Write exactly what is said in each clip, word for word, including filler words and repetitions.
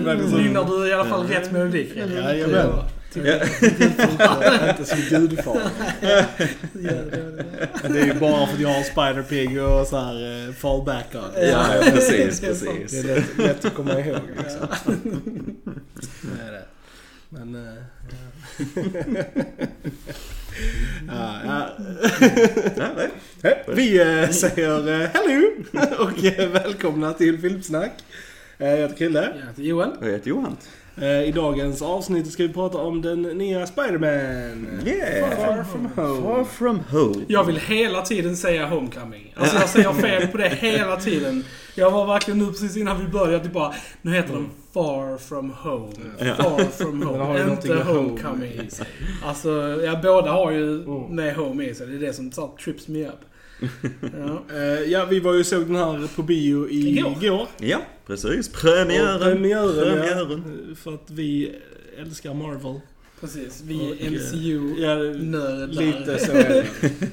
Nynnar du i alla fall rätt melodi? Ja, jag vet. Inte som gudfar. Det är ju bara för att jag har Spider-Pig och så här fallback on. Ja, precis, precis. Det är lätt, lätt att komma ihåg liksom. Det är det. Men uh, ja. ja, ja. Vi uh, säger uh, hello och uh, välkomna till Filmsnack. Uh, jag heter Krille. Jag heter Johan. Jag heter Johan. Uh, I dagens avsnitt ska vi prata om den nya Spider-Man. Yeah. Far from home. Far from home. Jag vill hela tiden säga Homecoming. Alltså jag säger fel på det hela tiden. Jag var verkligen nu precis innan vi började bara, nu heter den Far from home. Far from home. Inte Homecoming. Alltså, ja, båda har ju med home i sig. Det är det som så, trips me up. Ja. Uh, ja, vi var ju såg den här på bio i igår. igår. Ja, precis. Premiären. Premiären, Premiären. Ja, för att vi älskar Marvel. Precis, vi är och, M C U-nördar. Ja, lite så är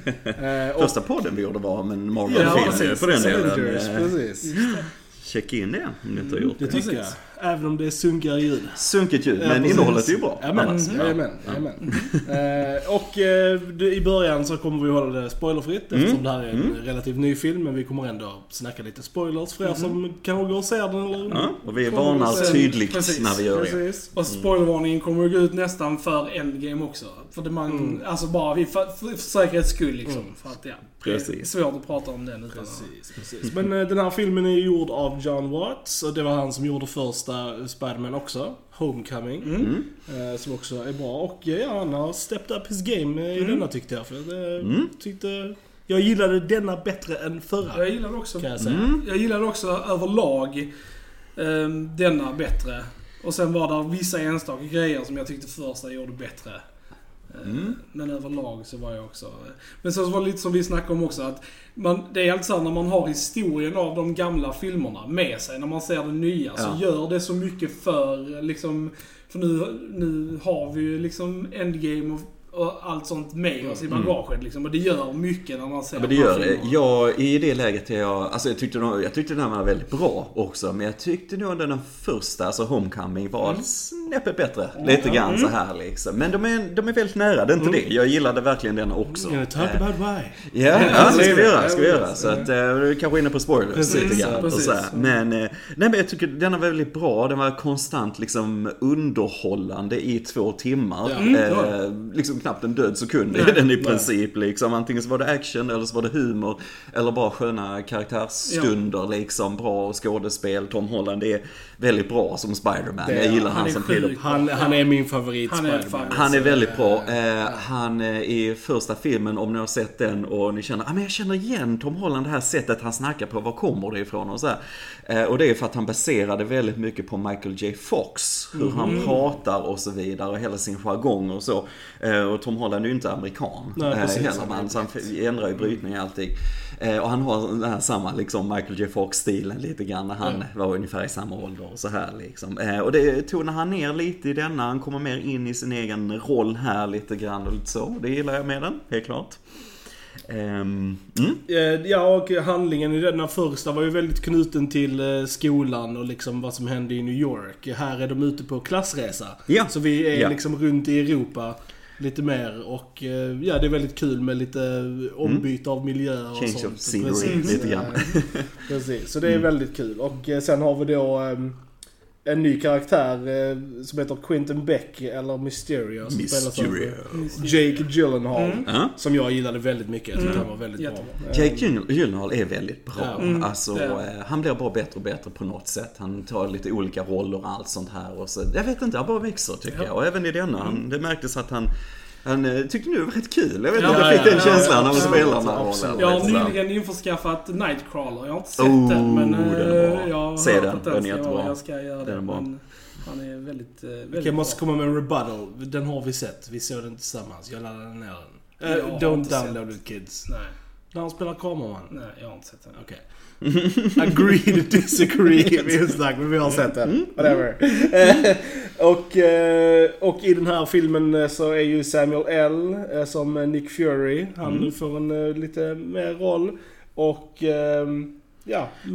det. uh, Första podden vi gjorde var om en Marvel-film ja, på den delen. Precis. Check in det om du inte har gjort det. Det tycker jag. Även om det är sunkigare ljud. Sunkigt ljud, ja, men precis. innehållet är ju bra. Amen, Annars, ja. amen, amen. uh, och uh, i början så kommer vi hålla det spoilerfritt eftersom mm. det här är en mm. relativt ny film, men vi kommer ändå snacka lite spoilers för er mm. som kanske går och ser den eller ja, och vi varnar tydligt precis, när vi gör precis. det. Och spoilervarningen kommer att gå ut nästan för Endgame också. För det man, mm. alltså bara vi för, för, för säkerhets skull liksom. Mm. För att ja, precis. Det är svårt att prata om den utan precis, precis. Men uh, den här filmen är gjord av John Watts och det var han som gjorde första Spider-Man också, Homecoming, mm. uh, som också är bra. Och uh, ja, han har stepped up his game uh, i mm. denna tyckte jag. För uh, mm. tyckte, jag gillade denna bättre än förra. Jag gillade också, kan jag säga. Mm. Jag gillade också överlag um, denna bättre. Och sen var det vissa enstaka grejer som jag tyckte första gjorde bättre. Mm. Men överlag så var jag också. Men sen så var det lite som vi snackade om också att man, det är alltid så här, när man har historien av de gamla filmerna med sig, när man ser det nya ja. Så gör det så mycket för liksom, för nu, nu har vi ju liksom Endgame och och allt sånt med oss i bagaget liksom, och det gör mycket när man ser. Ja, men det gör det. Jag, i det läget är jag, alltså jag tyckte nog, jag tyckte den här var väldigt bra också, men jag tyckte nog den första, alltså Homecoming, var mm. snäppet bättre, mm. lite grann mm. så här liksom. Men de är, de är väldigt nära, det är inte mm. det. Jag gillade verkligen den också. Yeah, talk uh, about why. Ja, ja, det ska vi göra, ska vi göra. Så att uh, kanske inne på spoilers precis, lite grann och så här. Men uh, nej, men jag tycker den är väldigt bra. Den var konstant liksom underhållande i två timmar. Mm. Uh, liksom knappt en död sekund i den i princip liksom. Antingen så var det action eller så var det humor eller bara sköna karaktärsstunder ja. Liksom, bra skådespel. Tom Holland är väldigt bra som Spider-Man. Det, jag gillar han, han som Peter. Han, han är min favorit han Spider-Man. Är han är väldigt bra. Eh, han är i första filmen, om ni har sett den och ni känner, ah, men jag känner igen Tom Holland, det här sättet han snackar på, var kommer det ifrån och så här. Eh, och det är för att han baserade väldigt mycket på Michael J. Fox, hur mm. han pratar och så vidare och hela sin jargong och så. Eh, och Tom Holland är ju inte amerikan. Nej, precis, eh, heller, man, så han ändrar ju brytning alltid. Eh, och han har den här samma liksom Michael J. Fox-stilen lite grann när han mm. var ungefär i samma ålder och så här liksom. Eh, och det tonar han ner lite i denna, han kommer mer in i sin egen roll här lite grann och lite så. Det gillar jag med den, helt klart. Um, mm. Ja, och handlingen i den första var ju väldigt knuten till skolan och liksom vad som hände i New York. Här är de ute på klassresa. Ja. Så vi är ja. liksom runt i Europa lite mer och ja, det är väldigt kul med lite ombyte mm. av miljöer och change sånt. Of scenery, precis. lite grann. Precis, så det är mm. väldigt kul. Och sen har vi då um, en ny karaktär eh, som heter Quentin Beck eller Mysterio, som Mysterio. Jake Gyllenhaal mm. som jag gillade väldigt mycket. Jag tyckte mm. han var väldigt Jättebra. bra. Jake Gyllenhaal är väldigt bra. Mm. Alltså, eh, han blir bara bättre och bättre på något sätt. Han tar lite olika roller och allt sånt här. Och så, jag vet inte, han bara växer tycker ja. jag. Och även i denna, han, det märktes att han Han tyckte nu det var rätt kul. Jag vet inte, ja, jag fick ja, den ja, känslan ja, när man spelar den här rollen. Jag har nyligen införskaffat Nightcrawler. Jag har inte sett oh, den, men den jag har Se hört den, att den, den ska är jättebra. Jag ska göra den, men han är väldigt, väldigt okay, jag måste komma med en rebuttal. Den har vi sett. Vi såg den tillsammans. Jag laddade ner den. Uh, don't download it, kids. Nej. När han spelar kameraman. Nej, jag har inte sett den. Okej. Okay. Agree to disagree. Vi har sagt, men vi har sett den. Whatever. och, och i den här filmen så är ju Samuel L. som Nick Fury. Han mm. får en lite mer roll. Och ja,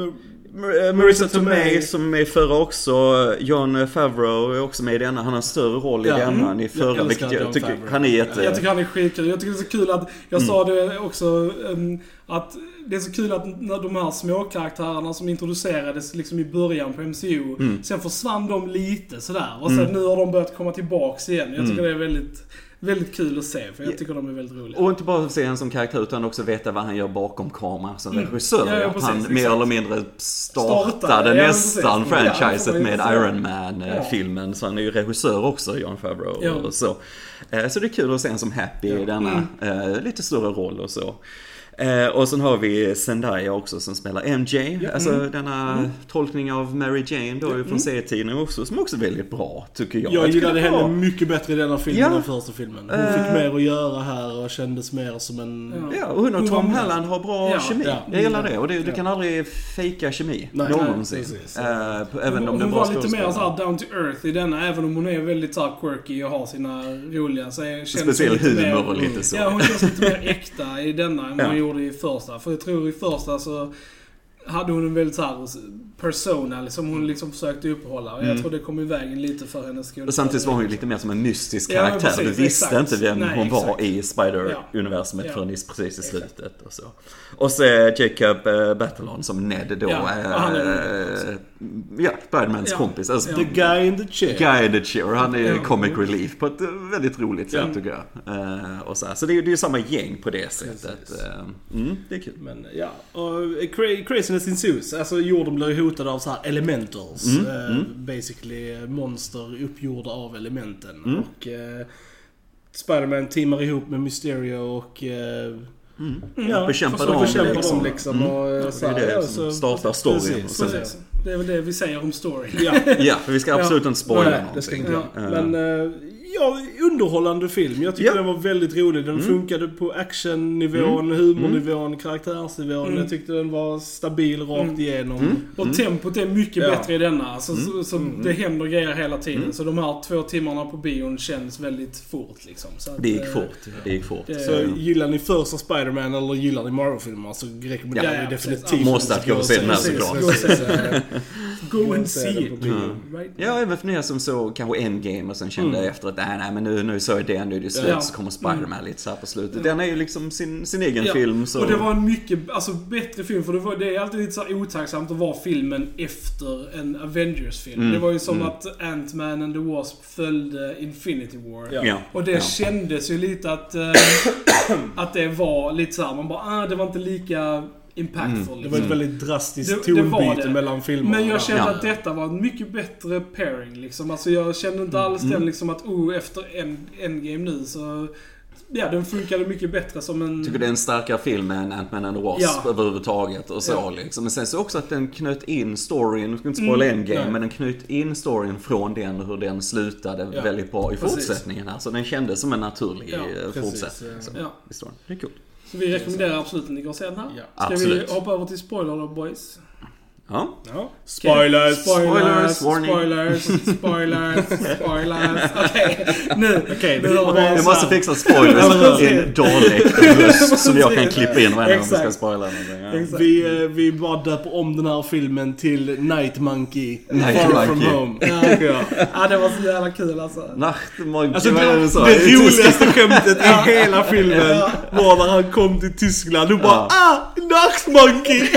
Marissa Tomei som är med i förra också. Jon Favreau är också med i denna. Han har en större roll i ja. denna än i Jag förra. älskar Jag Jon tycker Favreau. han är jätte... Jag tycker han är skitkul. Jag tycker det är så kul att, jag Mm. sa det också, um, att det är så kul att när de här små karaktärerna som introducerades liksom i början på M C U, Mm. sen försvann de lite sådär. Och sen Mm. nu har de börjat komma tillbaks igen. Jag tycker Mm. det är väldigt, väldigt kul att se, för jag tycker de är väldigt roliga. Och inte bara se en som karaktär utan också veta vad han gör bakom kameran som Mm. regissör. Ja, ja, att precis, han exakt. mer eller mindre startade, Startade, ja, nästan precis. Ja, franchiset får vi med säga. Iron Man-filmen. Så han är ju regissör också, Jon Favreau. Ja. Och så. Eh, så det är kul att se en som Happy i denna eh, lite större roll och så. Eh, och sen har vi Zendaya också som spelar M J. Ja. Alltså Mm. denna Mm. tolkning av Mary Jane då mm. från serietidningen också. Som också är väldigt bra, tycker jag. Jag tycker gillade det är henne bra. mycket bättre i denna filmen Ja. än första filmen. Hon Eh. fick mer att göra här och kändes mer som en... Ja. Ja, och hon och Hon Tom var- Holland har bra Ja. kemi. Ja. Jag gillar det. Och det, du Ja. kan aldrig fejka kemi. Nej, någonsin. nej, precis. Eh, på- även hon om det hon bara var står lite och mer spelar. såhär down to earth i denna, även om hon är väldigt såhär quirky och har sina roliga. Så är- känns Speciell hon lite humor mer, och lite så. Ja, hon känns lite mer äkta i denna än vad Ja. hon gjorde i första. För jag tror i första så hade hon en väldigt såhär persona som hon liksom försökte uppehålla. Och jag Mm. tror det kom i vägen lite för hennes skådespelare. Och samtidigt var hon ju lite mer som en mystisk Ja, men karaktär. precis, du visste exakt. inte vem Nej, hon var exakt. i Spider-universumet Ja. förrän i- precis i Exakt. slutet. Och så, och så är Jacob äh, Batalon som Ned då. Ja, äh, och han är rolig också. ja, Spider-Mans Ja. kompis. Alltså, Ja. The guy in the chair. Guy in the chair. Han är Ja. comic relief på ett äh, väldigt roligt sätt Ja. tycker jag. Uh, och så här. så det är ju det är samma gäng på det sättet. Precis. Uh, mm, det är kul. Men ja, och cra- craziness ensues. Alltså jorden blir hotad av så här elementals. Mm, eh, mm. Basically monster uppgjorda av elementen. Mm. Och eh, Spider-Man teamar ihop med Mysterio och eh, Mm. ja, Bekämpa försöker dem, bekämpa liksom. dem liksom. Mm. Och, eh, Ja, så det är här, det ja, som så- startar storyn. Precis, Och sen- Precis. Det är väl det vi säger om story. Ja. Ja, för vi ska absolut Ja. inte spoila Nej, det någonting. ska inte Ja. jag. Men eh, ja, underhållande film. Jag tycker Ja. den var väldigt rolig. Den Mm. funkade på actionnivån, Mm. humornivån, karaktärsnivån. Mm. Jag tyckte den var stabil rakt Mm. igenom. Mm. Och tempot är mycket Ja. bättre i denna. Alltså, Mm. så, så Mm. det händer grejer hela tiden. Mm. Så de här två timmarna på bion känns väldigt fort liksom. Så att, Det gick eh, fort. Det gick fort. det- Så gillar ni första Spider-Man eller gillar ni Marvel-filmer så rekommenderar Ja, jag ja, definitivt. precis. Måste att gå och se den här Precis. såklart. Gå och se den. Go and see it. Mm. Right? Ja, även för ni som så kanske Endgame och sen kände Mm. efter att nej, nej men nu, nu så är det nu är det slut Ja. så kommer Spider-Man lite så här på slutet. Ja. Den är ju liksom sin, sin egen Ja. film så... Och det var en mycket alltså, bättre film, för det, var, det är alltid lite så här otacksamt att vara filmen efter en Avengers-film. Mm, Det var ju som mm. att Ant-Man and the Wasp följde Infinity War. Ja. Ja. Och det Ja. kändes ju lite att, eh, att det var lite så här, man bara, ah, det var inte lika impactful. Mm. Det var ett Liksom. väldigt drastiskt Det- det var tonbyte det. mellan filmerna. Men jag kände Ja. att detta var en mycket bättre pairing liksom. Alltså jag kände inte alls Mm. den liksom att, oh, efter en Endgame nu så... Ja, den funkade mycket bättre som en... Jag tycker det är en starkare film än Ant-Man and the Wasp Ja. överhuvudtaget och så Ja. liksom. Men sen så också att den knöt in storyn, jag ska inte spoila Mm, Endgame, nej. men den knöt in storyn från den hur den slutade Ja, väldigt bra i precis. fortsättningen här. Så den kändes som en naturlig Ja, eh, precis, fortsättning. ja. Så, Ja. visst var det. Det är kul. Så vi rekommenderar absolut att ni går och ser den här. Ja. Ska Absolut. vi hoppa över till spoiler då, boys? Ja. Ja. Spoilers! Spoilers, Spoilers, warning. spoilers, spoilers, spoilers. Okej, nu. Okej, nu vi- har vi- Vi vi... måste fixa spoilers i en dålig röst som jag kan klippa in varje gång vi ska Exakt. spoila någonting. Ja. Exakt. Vi, eh, vi bara döper om den här filmen till Night Monkey. Night Far Monkey. From Home. Ja. Tycker jag. Ja, det var så jävla kul alltså. Nachtmonkey, Alltså vad är det, det så? det roligaste skämtet i hela filmen Ja. var när han kom till Tyskland och bara Ja. ah, Night Monkey!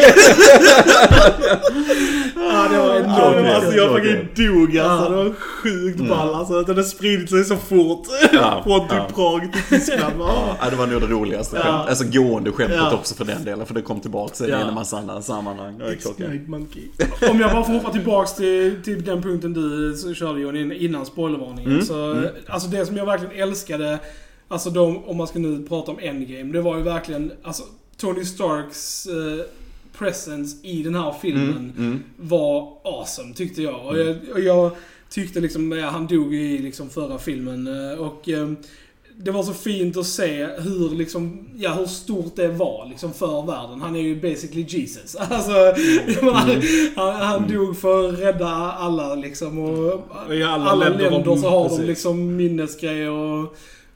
Ja, det var enormt. Ja, alltså jag Okej. fucking dog alltså, Ja. det var sjukt ball alltså att den har spridit sig så fort Ja. från typ Ja. Prag till Tyskland. Ja, det var nog det roligaste Ja. skämt. Alltså gående skämtet Ja. också för den delen. För det kom tillbaka sen Ja. i en massa andra sammanhang. Det var It's klockan. Night Monkey. Om jag bara får hoppa tillbaks till, till den punkten du så körde John in- innan spoilervarningen. Mm, Så, mm. Alltså det som jag verkligen älskade, alltså de, om man ska nu prata om Endgame, det var ju verkligen, alltså Tony Starks eh, presence i den här filmen Mm, mm. var awesome tyckte jag. Och jag, och jag tyckte liksom, ja, han dog ju i liksom förra filmen eh, och eh, det var så fint att se hur, liksom, ja, hur stort det var liksom, för världen. Han är ju basically Jesus. Alltså, jag menar, han, han dog för att rädda alla liksom, och I alla alla länder länder de- så har precis. de liksom minnesgrejer och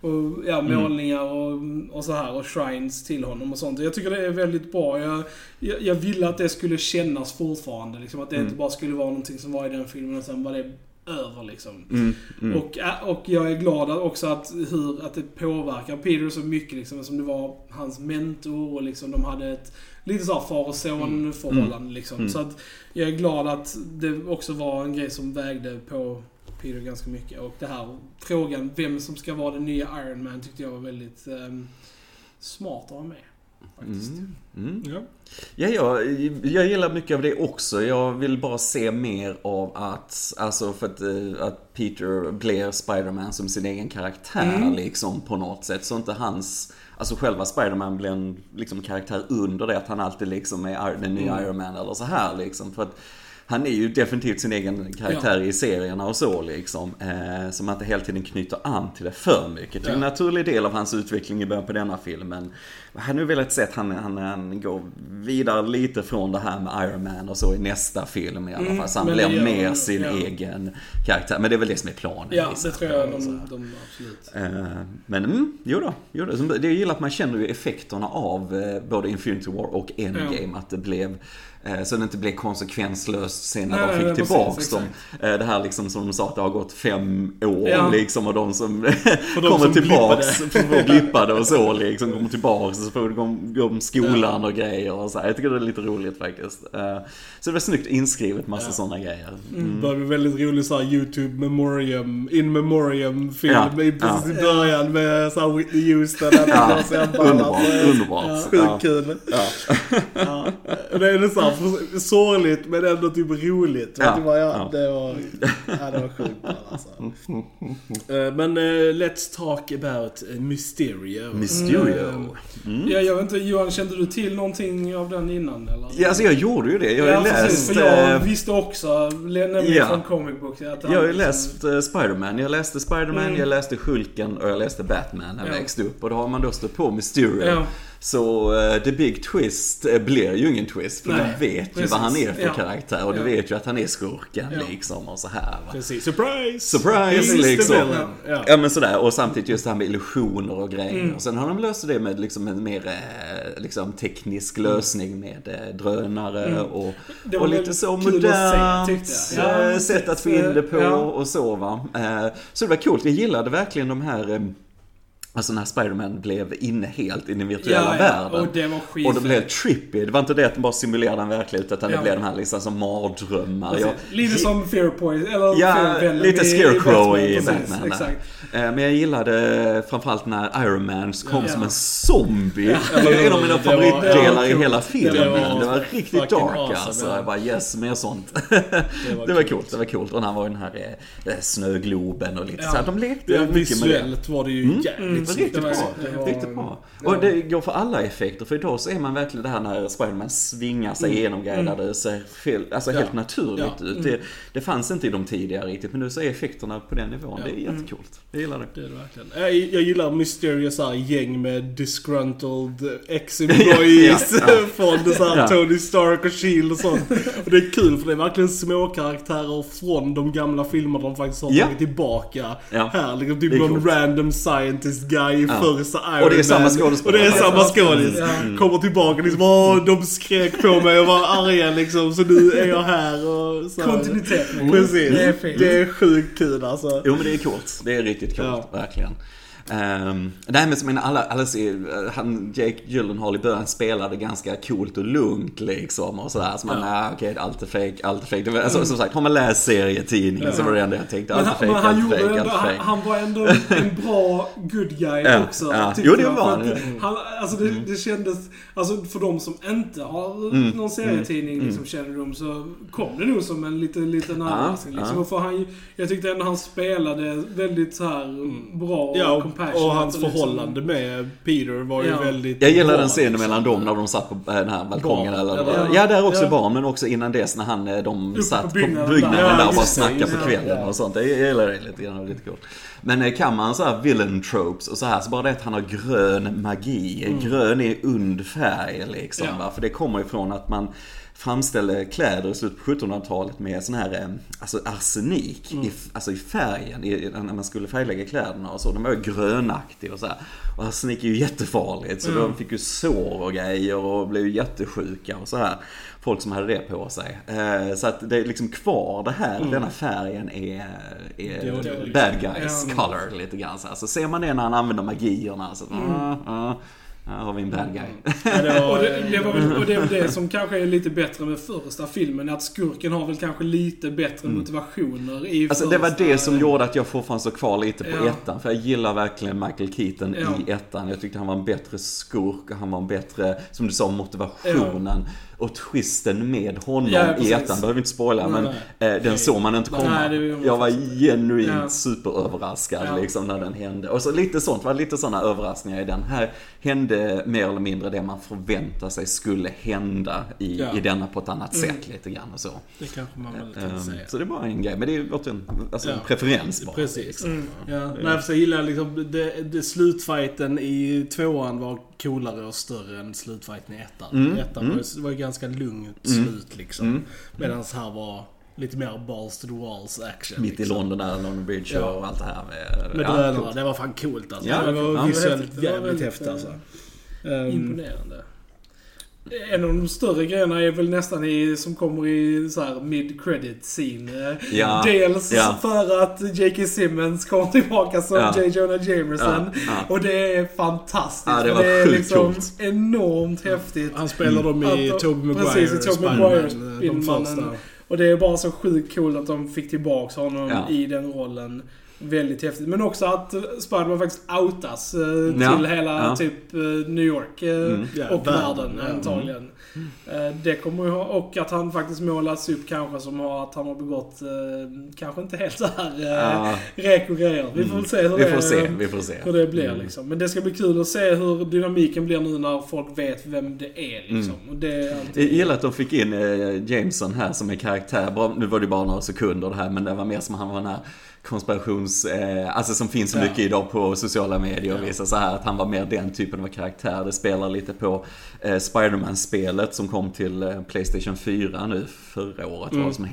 och ja, målningar och, och så här och shrines till honom och sånt. Jag tycker det är väldigt bra. Jag, jag, jag ville att det skulle kännas fortfarande. Liksom, att det mm. inte bara skulle vara någonting som var i den filmen och sen var det över liksom. Mm, mm. Och, och jag är glad också att, hur, att det påverkar Peter så mycket liksom, som det var hans mentor och liksom, de hade ett lite så här far och son förhållande mm. liksom. Mm. Så att jag är glad att det också var en grej som vägde på Peter ganska mycket. Och det här frågan vem som ska vara den nya Iron Man tyckte jag var väldigt um, smart att ha med. Faktiskt. Mm. Mm. Ja. Ja, jag, jag gillar mycket av det också. Jag vill bara se mer av att, alltså för att, att Peter blir Spider-Man som sin egen karaktär mm. liksom på något sätt. Så inte hans, alltså själva Spider-Man blir en liksom, karaktär under det att han alltid liksom är den nya mm. Iron Man eller så här liksom. För att han är ju definitivt sin egen karaktär ja. i serierna och så liksom. Eh, som att det hela tiden knyter an till det för mycket. Det är en ja. naturlig del av hans utveckling i början på denna filmen. Jag har nu velat se att han, han, han går vidare lite från det här med Iron Man och så i nästa film i alla fall. Mm, så han blir det, mer ja, sin ja. egen karaktär. Men det är väl det som är planen. Ja, liksom. det tror jag de, de absolut. Eh, men mm, jo då, jo då. Det jag gillar att man känner ju effekterna av eh, både Infinity War och Endgame. Ja. Att det blev så det inte blev konsekvenslöst sen när nej, de fick nej, tillbaks precis, dem. Exakt. Det här liksom som de sa att det har gått fem år ja. liksom och de som och de kommer som tillbaks och blippade och så liksom kommer tillbaks och så får de gå om skolan ja. och grejer och så här. Jag tycker det är lite roligt faktiskt. Så det var snyggt inskrivet massa ja. sådana grejer. Mm. Det var väldigt roligt så här YouTube memoriam in memoriam film ja. i precis i början med så här Whitney Houston ja. underbart, underbart. Ja. Sjukt kul. Ja. Ja. Det är det så här sorgligt men ändå typ roligt. Ja, det var, ja, ja. Det var, ja, det var sjukt alltså. Men uh, let's talk about Mysterio. Mysterio. Mm. Mm. Ja, jag vet inte, Johan, kände du till någonting av den innan? Eller? Ja, alltså jag gjorde ju det. Jag har ja, läst... Precis, för jag visste också, nämligen ja. från comic books. Att jag har ju läst uh, Spider-Man. Jag läste Spider-Man, mm. jag läste Hulken och jag läste Batman när jag ja. växte upp. Och då har man då stått på Mysterio. Ja. Så uh, the big twist uh, blir ju ingen twist. För Nej, du vet precis. ju vad han är för ja. karaktär. Och du ja. vet ju att han är skurken ja. liksom och så här. Va? Precis, surprise! Surprise liksom. Ja. ja men sådär. Och samtidigt just det här med illusioner och grejer. Mm. Och sen har de löst det med liksom en mer liksom, teknisk lösning med eh, drönare mm. och, och lite så modernt se, ja. sätt att få in det på ja. och så va. Eh, så det var coolt. Jag gillade verkligen de här... Eh, Alltså när Spider-Man blev inne helt i den virtuella ja, ja. världen. Och det var skit. Och det blev trippy. Det var inte det att de bara simulerade en verklighet utan ja. det blev de här liksom som mardrömmar. Jag, lite som Fear Point. Eller ja, Fear lite Scarecrow i Batman. I Batman Exakt. Men jag gillade framförallt när Iron Man kom ja. som en zombie. Ja. Det är en av mina favoritdelar i hela filmen. Det var, det var riktigt dark awesome, alltså. Ja. Jag bara yes, mer sånt. Det var, det var coolt, det var coolt. Och när han var den här äh, snögloben och lite ja. så här. De lekte ja, mycket visuellt med det. var det ju mm. jävligt Mm, riktigt, det bra. Det var, riktigt bra. Och det går för alla effekter. För idag så är man verkligen det här när Spider-Man svingar sig mm. igenom grejer där det ser fel, alltså ja. helt naturligt ja. ut. Det, det fanns inte i de tidigare riktigt. Men nu så är effekterna på den nivån. Ja. Det är jättecoolt. Jag gillar det. Det är det verkligen. Jag, jag gillar Mysterious här, gäng med disgruntled ex-employees ja. ja. från det så här ja. Tony Stark och Shield och sånt. Och det är kul för det är verkligen små karaktärer från de gamla filmerna de faktiskt har ja. tagit tillbaka. Ja. Här, liksom typ någon coolt. random scientist guy i ja. första Iron Man. Och det är samma skådespelare. Och det är samma skådis. Ja. Mm. Kommer tillbaka liksom, åh, de skrek på mig och var arga liksom, så nu är jag här och så. Kontinuitet. Mm. Precis. Det är, fint. Det är sjukt kul alltså. Jo men det är coolt. Det är riktigt coolt, ja. verkligen. Um, nej men som alla, alla ser, han, Jake Gyllenhaal i början spelade ganska coolt och lugnt liksom och sådär så man, ja. nej okej, okay, allt är fake, allt är fake. Det var, alltså, som sagt, har man läst serietidningen ja. så var det ändå jag tänkte, allt är fake, han, allt är fake, ändå, allt är fake. Han, han var ändå en bra good guy ja. också. Ja. Jo det var han. han alltså det, det kändes, alltså för de som inte har mm. någon serietidning mm. liksom kännedom så kom det nog som en liten, liten överraskning. Ja. Liksom. Och för han, jag tyckte ändå han spelade väldigt så här mm. bra och ja, och hans förhållande liksom. med Peter var ju ja. väldigt jag gillar den scenen liksom. mellan dem när de satt på den här balkongen eller, ja, ja där också ja. barn men också innan det när han, de Upp satt på byggnaden, på byggnaden där, där och bara snackade på kvällen ja. och sånt. Jag gillar det lite grann, lite coolt. Men kan man så här villain tropes och så här så bara det att han har grön magi. Mm. Grön är undfärg liksom ja. va? För det kommer ifrån att man framställde kläder i slutet på sjuttonhundratalet med sån här alltså arsenik mm. i, alltså i färgen i, när man skulle färglägga kläderna och så. De var ju grönaktiga och så här. Och arsenik är ju jättefarligt så mm. de fick ju sår och grejer och blev ju jättesjuka och så här. Folk som hade det på sig. Eh, så att det är liksom kvar det här, mm. denna färgen är, är det det liksom. Bad guys ja. Color lite grann. Så, här. Så ser man det när han använder magierna så mm. uh, uh, här har vi en bad guy. Ja, det var, och, det, det var väl, och det är det som kanske är lite bättre med första filmen, att skurken har väl kanske lite bättre mm. motivationer i alltså, första. Det var det som gjorde att jag fortfarande så kvar lite på ja. ettan. För jag gillar verkligen Michael Keaton ja. i ettan. Jag tyckte han var en bättre skurk och han var en bättre, som du sa, motivationen. Ja. Och twisten med honom ja, i ettan, behöver vi inte spoila, nej, men nej. den såg man inte komma. Nej, var jag var genuint ja. superöverraskad ja. liksom när den hände. Och så lite sånt, var lite sådana överraskningar i den. Här hände mer eller mindre det man förväntar sig skulle hända i, ja. i denna på ett annat mm. sätt lite grann och så. Det kanske man väl kan um, säga. Så det var en grej, men det är ju en, alltså ja. en preferens bara. Precis. Liksom. Mm. Ja. Nej, för jag gillar liksom det, det slutfighten i tvåan var coolare och större än slutfighten i ettan. Mm. ettan mm. var, var ju ganska lugnt mm. slut liksom. Mm. Medan här var lite mer balls to the walls action. Mitt liksom. I London där, London Bridge ja. och allt det här. Med, med ja, drönarna, cool. Det var fan coolt alltså. Ja, det var ja, visuellt jävligt häftigt alltså. Um, imponerande. En av de större grejerna är väl nästan i, som kommer i så här mid-credit scene. Ja, Dels ja. för att J K. Simmons kommer tillbaka som ja. J. Jonah Jameson. Ja, ja. Och det är fantastiskt. Ja, det var det är sjukt liksom coolt. Enormt häftigt. Han spelar dem i att, Tobey Maguire. Precis, i Tobey Maguire Spiderman. Och det är bara så sjukt coolt att de fick tillbaka honom ja. i den rollen. Väldigt häftigt. Men också att Spiderman faktiskt outas eh, ja. till hela ja. typ eh, New York eh, mm. yeah, och världen yeah. antagligen. Mm. Eh, det kommer ju ha, och att han faktiskt målas upp kanske som har, att han har begått eh, kanske inte helt så här eh, ja. reko-grejer. Vi får väl se hur vi det, får se. Vi får se. Hur det blir mm. liksom. Men det ska bli kul att se hur dynamiken blir nu när folk vet vem det är liksom. Mm. Och det är alltid... Jag gillar att de fick in eh, Jameson här som en karaktär. Bra, nu var det bara några sekunder det här, men det var mer som han var den här konspirations, eh, alltså som finns så mycket ja. idag på sociala medier och ja. visar så här att han var mer den typen av karaktär. Det spelar lite på eh, Spider-Man-spelet som kom till eh, PlayStation fyra nu förra året mm. var det som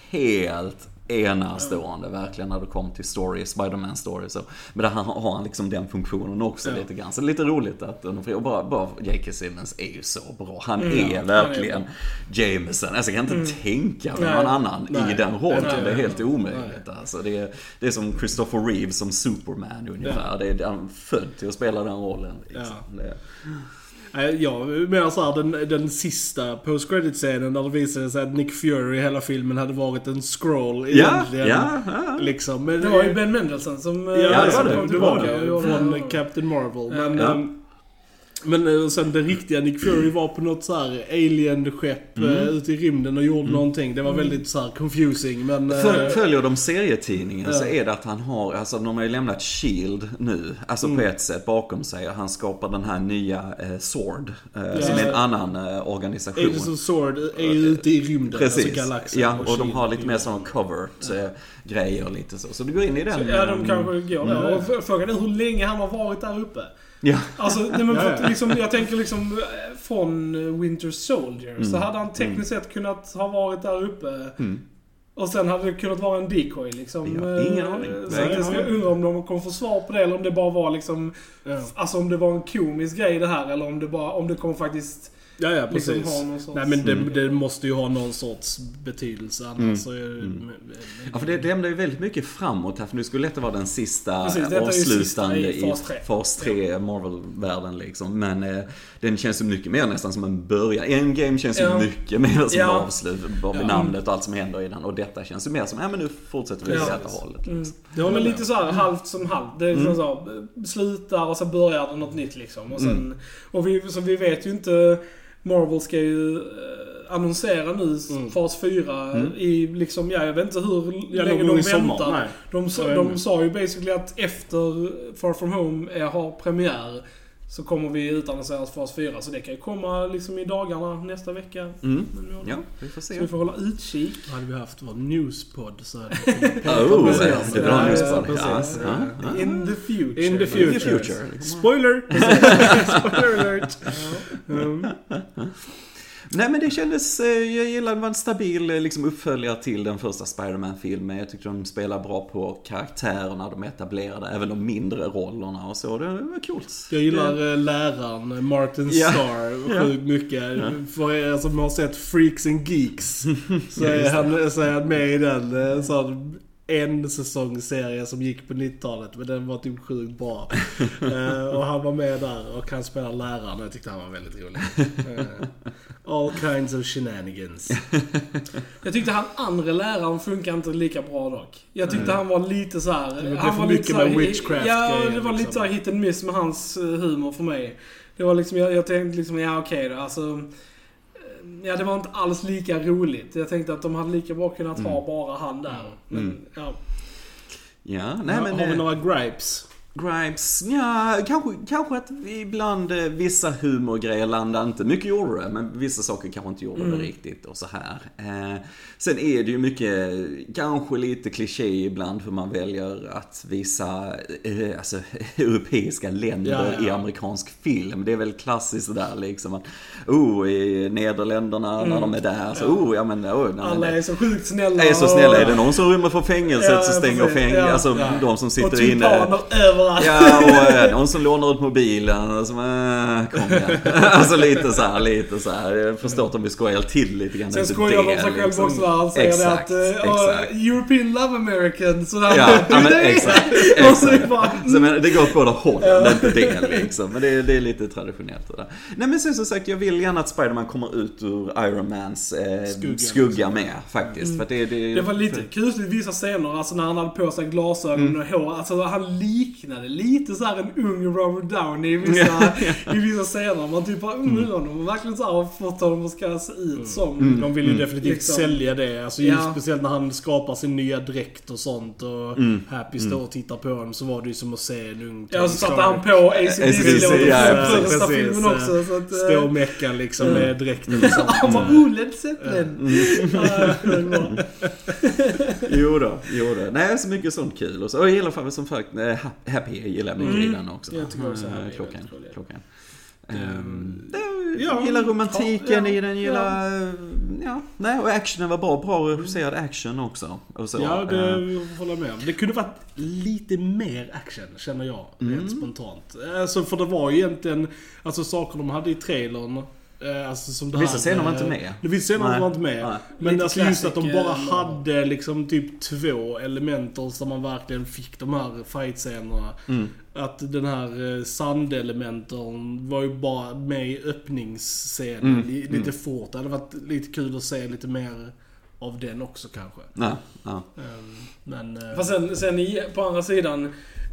helt enastående ja. verkligen när det kom till story, Spider-Man story så. Men där har han liksom den funktionen också ja. lite grann. Så det är lite roligt att och bara, bara J K. Simmons är ju så bra. Han mm, är ja. verkligen han är Jameson. Alltså jag kan inte mm. tänka på någon annan nej. i den rollen. Nej, det är helt omöjligt. Alltså, det, är, det är som Christopher Reeve som Superman ungefär. Ja. Det är han född till att spela den rollen. Liksom. Ja. Det, ja, men så här, den, den sista post-credit-scenen där det visade sig att Nick Fury i hela filmen hade varit en scroll egentligen. Ja, ja. Liksom. Men, det var ju Ben Mendelsohn som... Ja, ja det var det. Det var det. Från ja. Captain Marvel. Men, ja. um, men sen den riktiga Nick Fury var på något så här alien-skepp mm. uh, ute i rymden och gjorde mm. någonting. Det var väldigt så här confusing. Men, uh, följer de serietidningen ja. så är det att han har, alltså de har ju lämnat Shield nu, alltså mm. på ett sätt bakom sig. Han skapar den här nya uh, Sword, uh, ja. som är en annan uh, organisation. Agents of Sword är ju ute i rymden, precis. Alltså galaxen. Ja, och, och de har lite mer sådana covert uh, grejer och lite så. Så du går in i den. Så, ja, de kanske går där. Mm. Och frågan är hur länge han har varit där uppe. Ja. Alltså, nej, men för, liksom, jag tänker liksom från Winter Soldier mm. så hade han tekniskt sett kunnat ha varit där uppe mm. och sen hade det kunnat vara en decoy liksom. Ja, ingen aning. Så jag, jag ska undra om de kommer få svar på det eller om det bara var liksom ja. alltså om det var en komisk grej det här eller om det bara om det kommer faktiskt ja, ja, precis. Liksom ha någon sorts... Nej, men det, det måste ju ha någon sorts betydelse annars mm. så är det... Mm. Ja, för det lämnar ju väldigt mycket framåt här, för nu skulle detta vara den sista precis, avslutande i fas tre, fas tre ja. Marvel-världen liksom. Men eh, den känns ju mycket mer nästan som en början. Endgame känns ja. ju mycket mer som ja. avslut av ja. namnet och allt som händer i den. Och detta känns ju mer som, ja men nu fortsätter vi ja. i detta hållet. Liksom. Mm. Det har lite så här halvt som halvt. Det är mm. så slutar och så börjar det något nytt liksom. Och, sen, mm. och vi, så vi vet ju inte... Marvel ska ju eh, annonsera nu mm. fas fyra mm. i liksom, ja, jag vet inte hur ja, länge de väntar. Sommar, de, de, de sa ju basically att efter Far From Home är, har premiär så kommer vi utannonseras fas fyra. Så det kan ju komma liksom i dagarna nästa vecka. Mm. Ja, vi får se. Så vi får hålla utkik. Hade vi haft vår newspod så hade oh, det är bra newspod. Ja, ja. In the future. In the future. In the future. Spoiler! Spoiler alert! um. Nej, men det kändes, jag gillar, det var en stabil liksom, uppföljare till den första Spider-Man-filmen. Jag tyckte de spelar bra på karaktärerna, de etablerade även de mindre rollerna och så. Det var coolt. Jag gillar det... läraren Martin ja. Starr sjukt ja. mycket. Ja. För er som har sett Freaks and Geeks så är han, så är han med i den sån en säsongserie som gick på nittiotalet, men den var typ sjukt bra. uh, och han var med där och kan spela läraren. Jag tyckte han var väldigt rolig. Uh, all kinds of shenanigans. Jag tyckte han andra läraren funkar inte lika bra dock. Jag tyckte mm. han var lite så här. Det var han för var mycket lite så här, med witchcraft. Ja, grejer, det var liksom. lite så här hit and miss med hans humor för mig. Det var liksom, jag, jag tänkte liksom, ja okej då, alltså. Ja, det var inte alls lika roligt. Jag tänkte att de hade lika bra kunnat ha mm. bara han där. Men, mm. ja. Ja, nej, men, har vi några gripes? Gripes, ja, kanske, kanske att ibland eh, vissa humorgrejer landade inte. Mycket gjorde det, men vissa saker kanske inte gjorde mm. det riktigt och så här. Eh, sen är det ju mycket, kanske lite kliché ibland hur man väljer att visa eh, alltså, europeiska länder ja, ja. i amerikansk film. Det är väl klassiskt där liksom att, oh, i Nederländerna mm. när de är där, så, oh, ja men, oh, nej, alla är så sjukt snälla. Är så snälla, är det någon som rymmer från fängelset ja, så stänger fängelset, ja, alltså ja. de som sitter inne. Över. Ja, och äh, någon som lånar ut mobilen och som, äh, kom igen. Alltså lite så här, lite så här. Jag förstår att de vill skoja till lite grann. Sen skojar de sig själv också där. Han säger exakt, det att uh, European love American. Så där, ja, ja, men exakt. exakt. Bara, så, men, det går åt båda hållen, det är inte det liksom. Men det, det är lite traditionellt. Det där. Nej, men sen så sagt, jag vill gärna att Spider-Man kommer ut ur Iron Mans eh, skugga, skugga med faktiskt. Mm. För det, det, det var lite kusligt vissa scener. Alltså när han hade på sig glasögon mm. och hår. Alltså han liknade lite så här en ung Robert Downey i vissa, i vissa scener. Man typ bara undrar honom. Mm. Man verkligen så här har fått honom att ska se ut mm. som. Mm. De vill ju definitivt liksom sälja det. Alltså ja. speciellt när han skapar sin nya dräkt och sånt. Och mm. Happy står och tittar på honom, så var det ju som att se en ung. Ja, så satte han på A C D C ja, första filmen också. Så att, stå och mecka liksom mm. med dräkten. Han var Led Zeppelin. Jo då, jo då. Nej, så mycket sånt kul. Och, så, och i alla fall som sagt, Happy gillar mycket mm. i den också. Jag tycker också uh, klockan, klockan. Um, ja, jag gillar romantiken ja, i den, gillar ja. ja, nej, och actionen var bra, bra regisserad action också. Och så, ja, det uh, håller med om. Det kunde varit lite mer action, känner jag, mm. rent spontant. Alltså, för det var ju egentligen, alltså saker de hade i trailern. Alltså, som det vissa scener var inte med. Vissa scener var inte med. Nej. Men lite alltså, classic, just att de bara hade liksom typ två elementer som man verkligen fick de här fight-scenerna. Mm. Att den här sandelementen var ju bara med i öppningsscenen mm. lite mm. fort. Det hade varit lite kul att se lite mer av den också kanske. Ja, ja. Men fast sen, sen i, på andra sidan,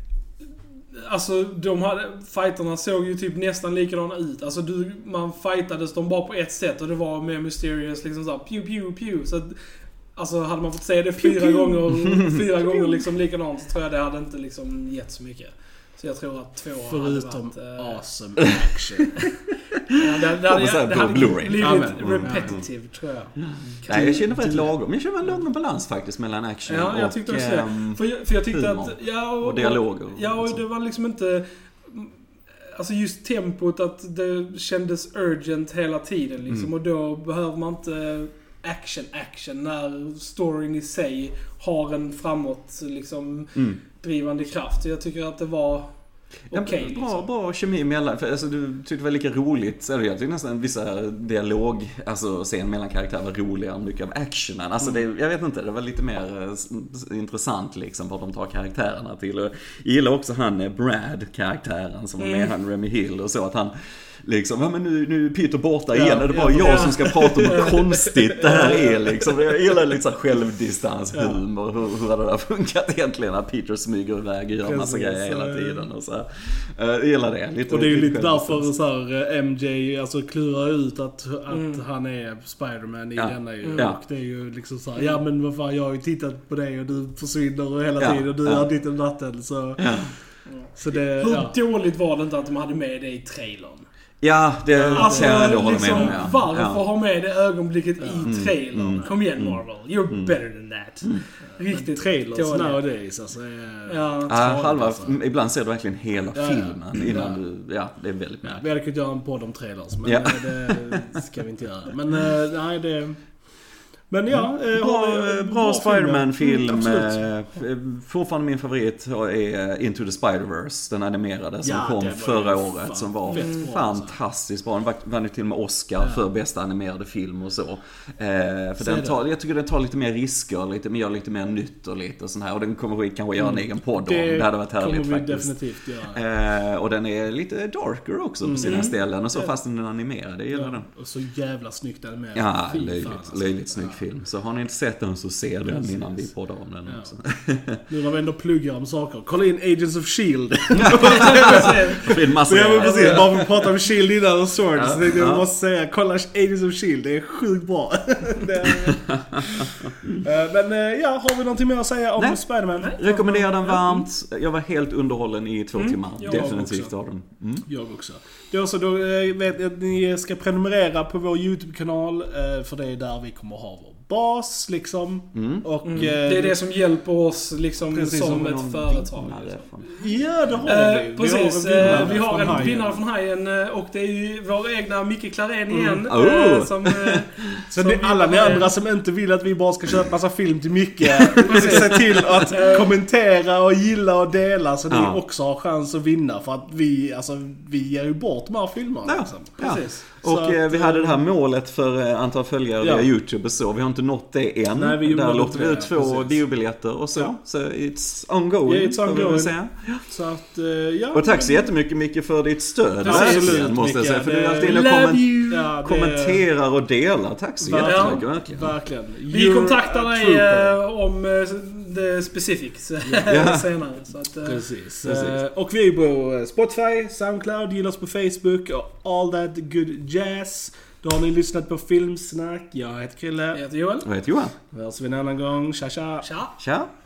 alltså de hade, fighterna såg ju typ nästan likadana ut. Alltså du, man fightades de bara på ett sätt och det var mer mysterious liksom såhär pew pew pew. Så att, alltså hade man fått se det fyra pew, pew. gånger fyra gånger liksom likadant, så tror jag det hade inte liksom gett så mycket. Så jag tror att två förutom hade varit, awesome action. Ja, det, det, hade, det, det hade blivit ja, repetitive, mm. tror jag. Mm. Nej, jag känner rätt lagom. Jag känner en lagom balans faktiskt mellan action ja, jag tyckte och också det. För jag, för jag tyckte humor att ja, och, och dialoger. Ja, och det var liksom inte, alltså just tempot, att det kändes urgent hela tiden liksom, mm. och då behöver man inte action action när storyn i sig har en framåt liksom mm. drivande kraft. Jag tycker att det var okej. Okay, ja, bra, liksom. bra kemi mellan, för alltså, du tyckte det var lika roligt, så jag tyckte nästan vissa dialog, alltså scen mellan karaktärer var roligare än mycket av actionen. Alltså mm. det, jag vet inte, det var lite mer uh, intressant liksom vad de tar karaktärerna till. Och jag gillar också han Brad, karaktären som var med, mm. han Remy Hill och så, att han liksom, ja men nu, nu är Peter borta igen, ja, är det bara ja, jag ja. som ska prata om hur konstigt det här är liksom. Jag gillar lite så självdistans, humor, ja. hur, hur hade det där funkat egentligen när Peter smyger iväg och gör en massa grejer hela tiden och så här. Jag gillar det lite. Och det är ju lite därför så här, M J alltså klurar ut att, att mm. han är Spider-Man i ja. denna ju. Ja. Och det är ju liksom så här, ja men vad fan, jag har ju tittat på dig och du försvinner hela ja. tiden och du ja. har ditt och natten så, ja. så det, hur ja. dåligt var det inte att de hade med det i trailern? Ja, det Alltså, kan jag ändå hålla liksom, med om. Ja. varför Ja. ha med det ögonblicket Mm. i trailern? Mm. Kom igen Marvel, you're Mm. better than that. Mm. Riktigt Trailers dåligt. nowadays alltså. Är... Ja. Ja, halva, alltså. ibland ser du verkligen hela Ja, ja. filmen innan Ja. du, ja, det är väldigt Ja, märkligt. vi hade kunnat göra en podd om trailers, men Ja. det ska vi inte göra. Men eh, nej, det... Men ja, eh, Bra, har vi- bra Spider-Man-film. Mm, absolut. eh, fortfarande min favorit är Into the Spider-Verse, den animerade som Ja, kom den var förra ju året. fan Som var fett bra, alltså. fantastiskt bra. Den vann- vann ju till och med Oscar Ja. för bästa animerade film och så. Eh, för Så den är det. tar, jag tycker den tar lite mer risker, lite, gör lite mer nytt och lite sån här. Och den kommer vi kanske göra en egen podd om. Det hade varit härligt kommer vi faktiskt. definitivt göra. Eh, och den är lite darker också på sina Mm. ställen och så, fast den är animerad. Det gillar Ja, den. och så jävla snyggt animerat. Ja, Fy fan, löjligt, alltså. löjligt snygg Ja. film. Så har ni inte sett den så se den Precis. innan vi poddar om den Ja. också. Nu när vi ändå pluggar om saker. Kolla in Agents of Shield. Det blir en massa Så jag vill grejer. precis, bara för att prata om Shield innan och Sword, Ja, så tänkte jag ja. måste säga, kolla Agents of Shield, det är sjukt bra. det är... Eh, Men eh, ja, har vi någonting mer att säga om Nej. Spider-Man? Rekommenderar den varmt. Jag var helt underhållen i två timmar. jag Definitivt också. av den. Mm. Jag också. Då så, då eh, vet jag att ni ska prenumerera på vår YouTube-kanal, eh, för det är där vi kommer ha vår bas liksom. Mm. Och, Mm. eh, Det är det som hjälper oss liksom Precis, som som ett någon företag. vinnare Liksom. från- Ja, det har Eh, vi. precis, vi har en eh, vi har från en Hajen. vinnare från Hajen eh, och det är ju vår egna Micke Klarén igen. Oh. eh, som, eh, Så som det, vi alla ni har- andra som inte vill att vi bara ska köpa massa film till mycket, se till att kommentera och gilla och dela så Ja. ni också har chans att vinna. För att vi, alltså, vi ger ju bort de här filmerna. Ja. Liksom. Ja. Precis. Och Så eh, att, vi hade det här målet för eh, antal följare Ja. via YouTube och så. Vi har inte nått det än. Nej, vi Där nådde låter vi inte ut det, två precis. biobiljetter och så. Ja. Så it's ongoing. Ja, it's får vi väl ongoing. säga. Så att, eh, ja. Och tack så jättemycket Micke för ditt stöd. Absolut, Verkligen, måste jag säga. Micke. För du är alltid Det- inne och Love komment- you! Ja, det- kommenterar och delar. Tack så Verkligen. jättemycket. Verkligen. Verkligen. Vi You're kontaktar a dig trooper. eh, om eh, the specifics Ja. senare. Så att, eh, Precis. Precis. Eh, och vi är på Spotify, Soundcloud, gilla oss på Facebook och all that good jazz. Då har ni lyssnat på Filmsnack. Jag heter Krille. jag heter Joel. Vad heter Johan? Vi hörs vi en annan gång. Tja tja! Tja! Tja.